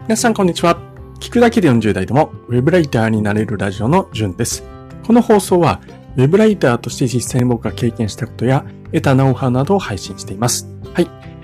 皆さんこんにちは。聞くだけで40代でもウェブライターになれるラジオのじゅんです。この放送はウェブライターとして実際に僕が経験したことや得たノウハウなどを配信しています。はい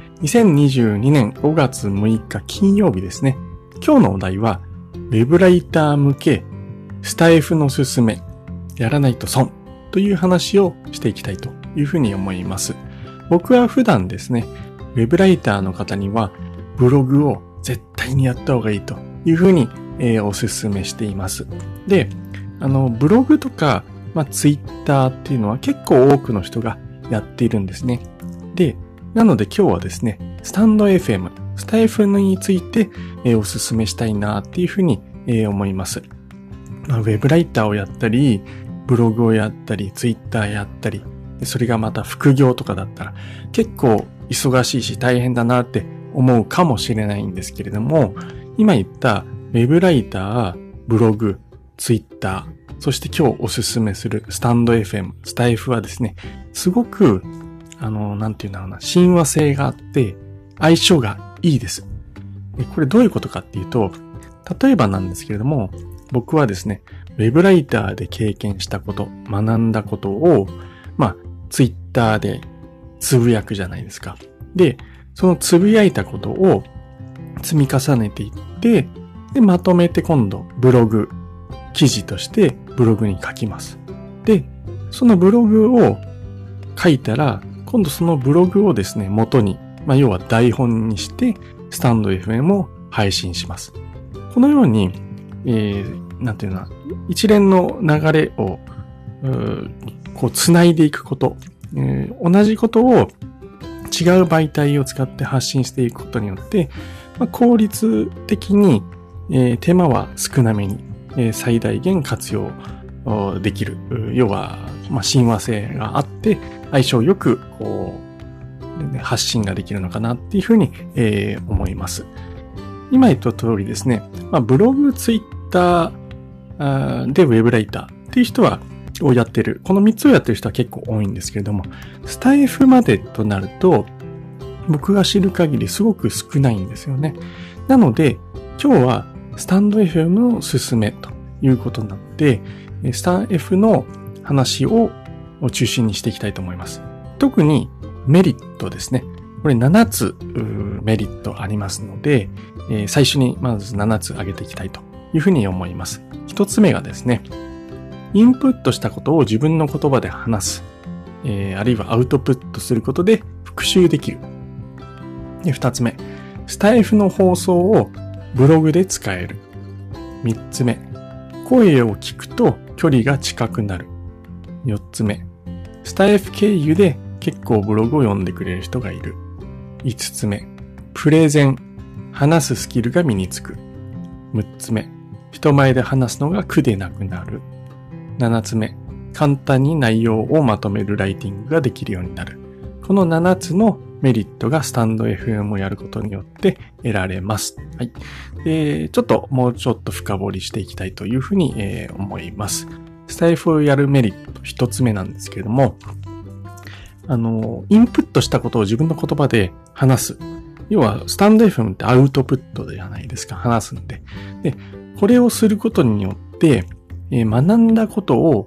。2022年5月6日金曜日ですね。今日のお題はウェブライター向けスタイフのすすめ、やらないと損という話をしていきたいというふうに思います。僕は普段ですね、ウェブライターの方にはブログを絶対にやった方がいいというふうに、お勧めしています。で、ブログとか、ツイッターっていうのは結構多くの人がやっているんですね。で、なので今日はですね、スタンド FM、スタイフについて、お勧めしたいなっていうふうに、思います。ウェブライターをやったり、ブログをやったり、ツイッターやったり、それがまた副業とかだったら結構忙しいし大変だなって思うかもしれないんですけれども、今言ったウェブライター、ブログ、ツイッター、そして今日おすすめするスタンド FM、スタイフはですね、すごく、なんていうんだろうな、親和性があって相性がいいです。これどういうことかっていうと、例えばなんですけれども、僕はですね、ウェブライターで経験したこと、学んだことを、ツイッターでつぶやくじゃないですか。で、そのつぶやいたことを積み重ねていって、で、まとめて今度ブログ、記事としてブログに書きます。で、そのブログを書いたら、今度そのブログをですね、元に、要は台本にして、スタンド FM を配信します。このように、なんていうの、一連の流れを、こう、繋いでいくこと、同じことを違う媒体を使って発信していくことによって、効率的に、手間は少なめに、最大限活用できる。要は、親和性があって相性よくこう発信ができるのかなっていうふうに、思います。今言った通りですね、ブログ、ツイッターでウェブライターっていう人をやってる。この3つをやってる人は結構多いんですけれども、スタイフまでとなると、僕が知る限りすごく少ないんですよね。なので、今日はスタンド FM のすすめということになって、スタン F の話を中心にしていきたいと思います。特にメリットですね。これ7つメリットありますので、最初にまず7つ挙げていきたいというふうに思います。1つ目がですね、インプットしたことを自分の言葉で話す。あるいはアウトプットすることで復習できる。で、2つ目、スタイフの放送をブログで使える。3つ目、声を聞くと距離が近くなる。4つ目、スタイフ経由で結構ブログを読んでくれる人がいる。5つ目、プレゼン、話すスキルが身につく。6つ目、人前で話すのが苦でなくなる。7つ目、簡単に内容をまとめるライティングができるようになる。この7つのメリットがスタンド FM をやることによって得られます。はい。もうちょっと深掘りしていきたいというふうに、思います。スタイフをやるメリット1つ目なんですけれども、インプットしたことを自分の言葉で話す。要は、スタンド FM ってアウトプットじゃないですか。話すんで。で、これをすることによって、学んだことを、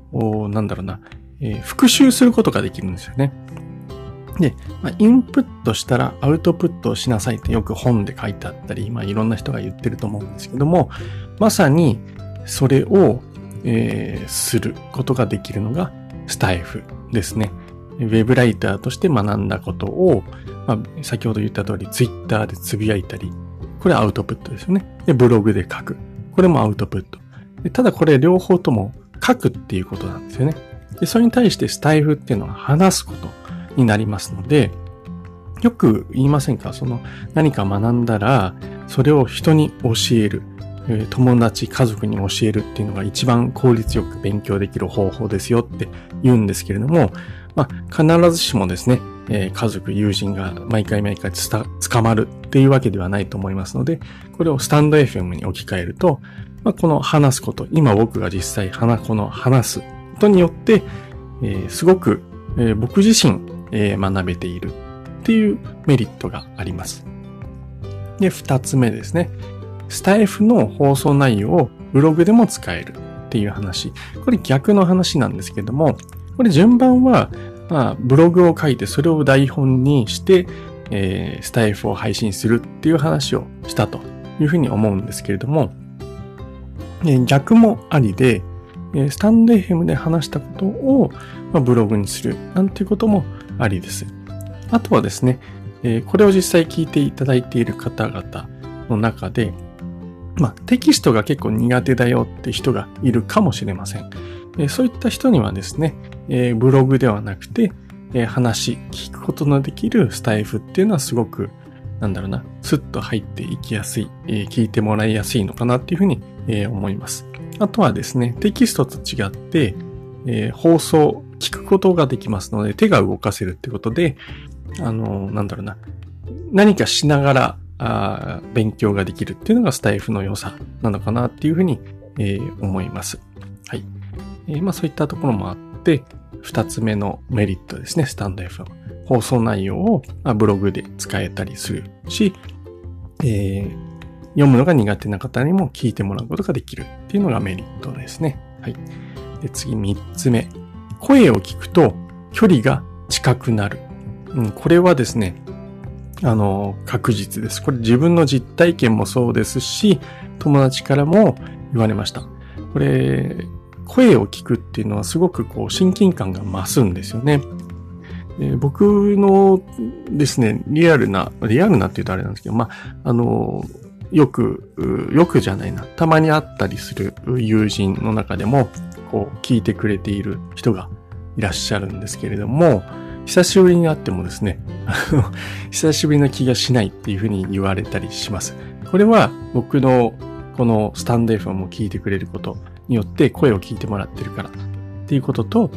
復習することができるんですよね。で、インプットしたらアウトプットをしなさいってよく本で書いてあったり、いろんな人が言ってると思うんですけども、まさにそれを、することができるのがスタイフですね。ウェブライターとして学んだことを、先ほど言った通りツイッターでつぶやいたり、これアウトプットですよね。で、ブログで書く。これもアウトプット。で、ただこれ両方とも書くっていうことなんですよね。で、それに対してスタイフっていうのは話すことになりますので、よく言いませんか？何か学んだら、それを人に教える。友達、家族に教えるっていうのが一番効率よく勉強できる方法ですよって言うんですけれども、必ずしもですね、家族、友人が毎回捕まるっていうわけではないと思いますので、これをスタンド FM に置き換えると、この話すこと、今僕が実際この話すことによって、すごく、僕自身、学べているっていうメリットがあります。で、二つ目ですね。 スタイフの放送内容をブログでも使えるっていう話。これ逆の話なんですけども、これ順番は、ブログを書いてそれを台本にして、スタイフを配信するっていう話をしたというふうに思うんですけれども、逆もありで、スタンド FM で話したことを、ブログにするなんていうこともありです。あとはですね、これを実際聞いていただいている方々の中で、テキストが結構苦手だよって人がいるかもしれません。そういった人にはですね、ブログではなくて、聞くことのできるスタイフっていうのはすごく、スッと入っていきやすい、聞いてもらいやすいのかなっていうふうに、思います。あとはですね、テキストと違って、放送、聞くことができますので、手が動かせるってことで、何かしながら勉強ができるっていうのがスタイフの良さなのかなっていうふうに、思います。はい。そういったところもあって、二つ目のメリットですね、スタンド FM。放送内容をブログで使えたりするし、読むのが苦手な方にも聞いてもらうことができるっていうのがメリットですね。はい。で、次三つ目。声を聞くと距離が近くなる。これはですね、確実です。これ自分の実体験もそうですし、友達からも言われました。これ、声を聞くっていうのはすごく親近感が増すんですよね。僕のですね、リアルなって言うとあれなんですけど、よくじゃないな、たまに会ったりする友人の中でも、聞いてくれている人がいらっしゃるんですけれども、久しぶりに会ってもですね、久しぶりな気がしないっていうふうに言われたりします。これは僕のこのスタンド FM を聞いてくれることによって声を聞いてもらってるからっていうことと、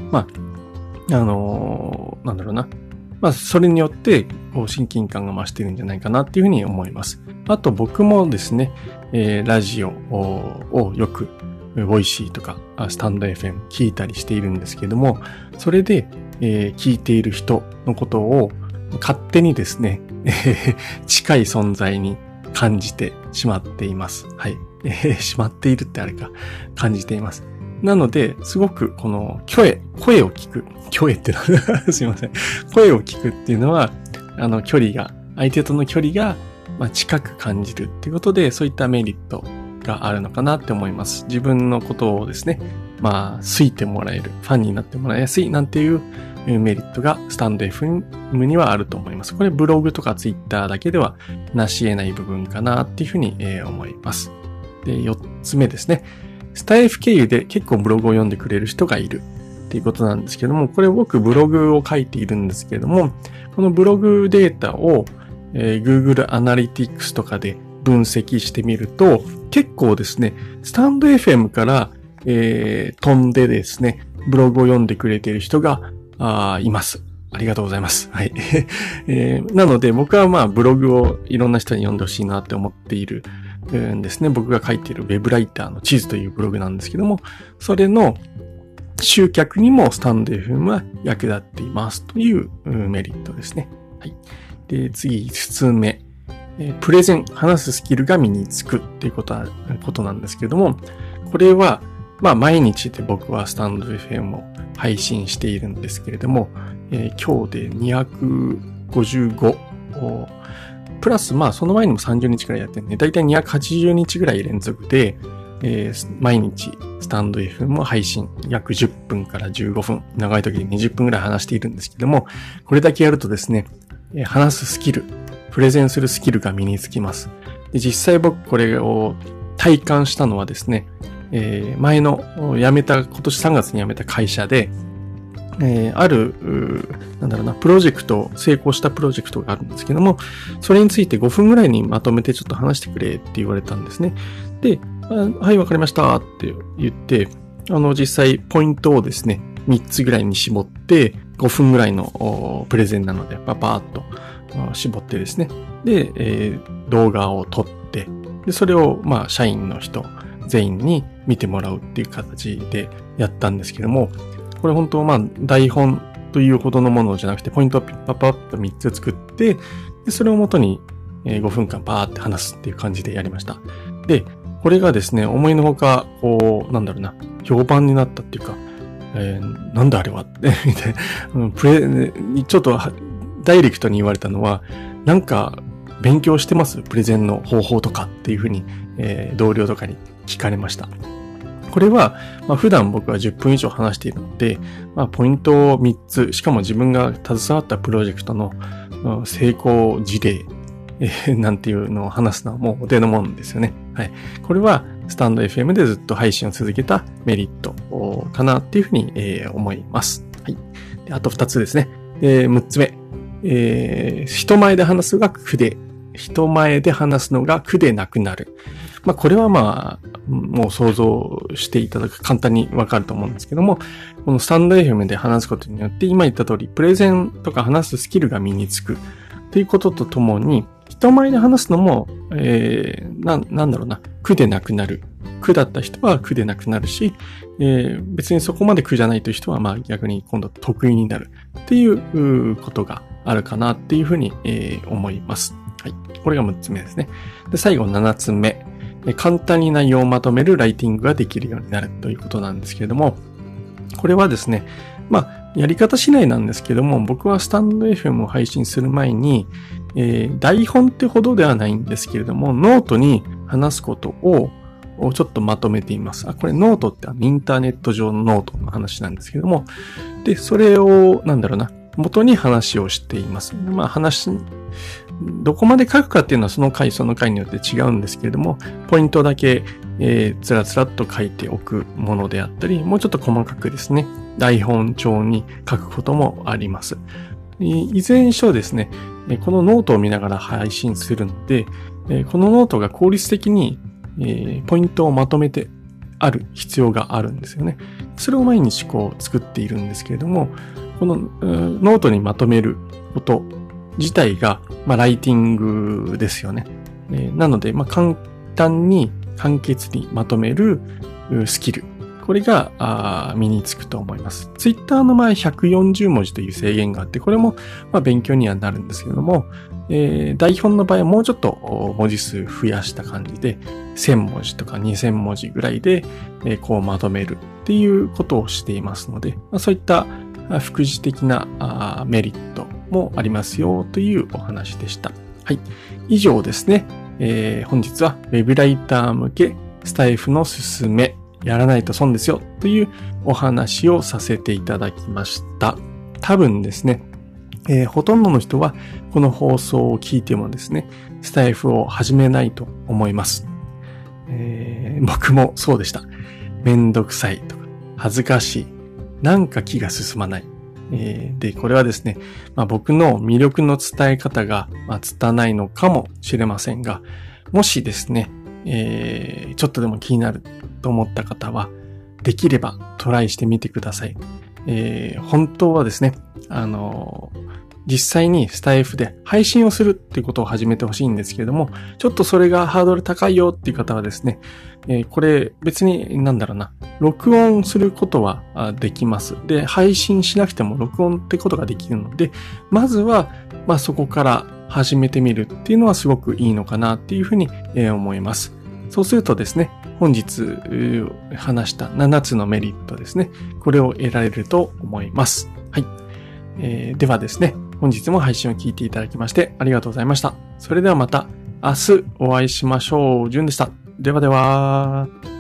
それによって親近感が増してるんじゃないかなっていうふうに思います。あと僕もですね、ラジオをよくボイシーとかスタンド FM 聞いたりしているんですけども、それで、聞いている人のことを勝手にですね、近い存在に感じてしまっています。はい。しまっているってあれか、感じています。なので、すごくこの声を聞く。すいません。声を聞くっていうのは、相手との距離が、近く感じるっていうことで、そういったメリットがあるのかなって思います。自分のことをですね、好いてもらえる、ファンになってもらいやすいなんていうメリットがスタンド FM にはあると思います。これブログとかツイッターだけでは成し得ない部分かなっていうふうに思います。で、4つ目ですね。スタイフ経由で結構ブログを読んでくれる人がいるっていうことなんですけども、これ僕ブログを書いているんですけれども、このブログデータを、Google Analytics とかで分析してみると、結構ですね、スタンド FM から、飛んでですね、ブログを読んでくれている人がいます。ありがとうございます。はい。なので僕はブログをいろんな人に読んでほしいなって思っているんですね。僕が書いているウェブライターの地図というブログなんですけども、それの集客にもスタンド FM は役立っていますというメリットですね。はい。で、次、5つ目。プレゼン、話すスキルが身につくっていうことなんですけれども、これは、毎日で僕はスタンド FM を配信しているんですけれども、今日で255、プラスその前にも30日くらいやってるね。だいたい280日ぐらい連続で、毎日スタンド FM を配信約10分から15分、長い時に20分ぐらい話しているんですけども、これだけやるとですね、話すスキル、プレゼンするスキルが身につきます。で、実際僕これを体感したのはですね、前の今年3月に辞めた会社で、ある、プロジェクト、成功したプロジェクトがあるんですけども、それについて5分ぐらいにまとめてちょっと話してくれって言われたんですね。で、はい、わかりましたって言って、実際ポイントをですね、3つぐらいに絞って、5分ぐらいのプレゼンなので、パーッと絞ってですね。で、動画を撮って、で、それを社員の人全員に見てもらうっていう形でやったんですけども、これ本当台本というほどのものじゃなくて、ポイントをパッと3つ作って、でそれをもとに5分間パーって話すっていう感じでやりました。 で、これがですね、思いのほか、評判になったっていうか、なんだあれはってちょっとダイレクトに言われたのは、なんか勉強してますプレゼンの方法とかっていうふうに、同僚とかに聞かれました。これは、普段僕は10分以上話しているので、ポイントを3つ、しかも自分が携わったプロジェクトの成功事例、なんていうのを話すのはもうお手のもんですよね。はい。これはスタンド FM でずっと配信を続けたメリットかなっていうふうに思います。はい。で、あと2つですね。6つ目。人前で話すのが苦でなくなる。これはもう想像していただく簡単にわかると思うんですけども、このスタンド FM で話すことによって今言った通り、プレゼンとか話すスキルが身につくということとともに、人前で話すのも、苦でなくなる。苦だった人は苦でなくなるし、別にそこまで苦じゃないという人は逆に今度得意になるっていうことがあるかなっていうふうに、思います。はい。これが6つ目ですね。で、最後7つ目。簡単に内容をまとめるライティングができるようになるということなんですけれども、これはですね、やり方次第なんですけども、僕はスタンド FM を配信する前に、台本ってほどではないんですけれども、ノートに話すことをちょっとまとめています。これノートってインターネット上のノートの話なんですけども、で、それを、元に話をしています。どこまで書くかっていうのはその回によって違うんですけれども、ポイントだけ、つらつらっと書いておくものであったり、もうちょっと細かくですね、台本帳に書くこともあります。いずれにしろですね、このノートを見ながら配信するので、このノートが効率的に、ポイントをまとめてある必要があるんですよね。それを毎日作っているんですけれども、このノートにまとめること自体が、ライティングですよね。なので、簡単に簡潔にまとめるスキル。これが身につくと思います。ツイッターの場合140文字という制限があって、これも勉強にはなるんですけれども、台本の場合はもうちょっと文字数増やした感じで、1000文字とか2000文字ぐらいでまとめるっていうことをしていますので、そういった副次的なメリットもありますよというお話でした。はい。以上ですね。本日は Web ライター向けスタイフのすすめ、やらないと損ですよというお話をさせていただきました。多分ですね、ほとんどの人はこの放送を聞いてもですね、スタイフを始めないと思います。僕もそうでした。めんどくさいとか、恥ずかしい、なんか気が進まない。で、これはですね、僕の魅力の伝え方が拙いのかもしれませんが、もしですね、ちょっとでも気になると思った方は、できればトライしてみてください。本当はですね、実際にスタイフで配信をするっていうことを始めてほしいんですけれども、ちょっとそれがハードル高いよっていう方はですね、これ別に録音することはできます。で、配信しなくても録音ってことができるので、まずはそこから始めてみるっていうのはすごくいいのかなっていうふうに思います。そうするとですね、本日話した7つのメリットですね、これを得られると思います。はい。ではですね、本日も配信を聞いていただきましてありがとうございました。それではまた明日お会いしましょう。じゅんでした。ではでは。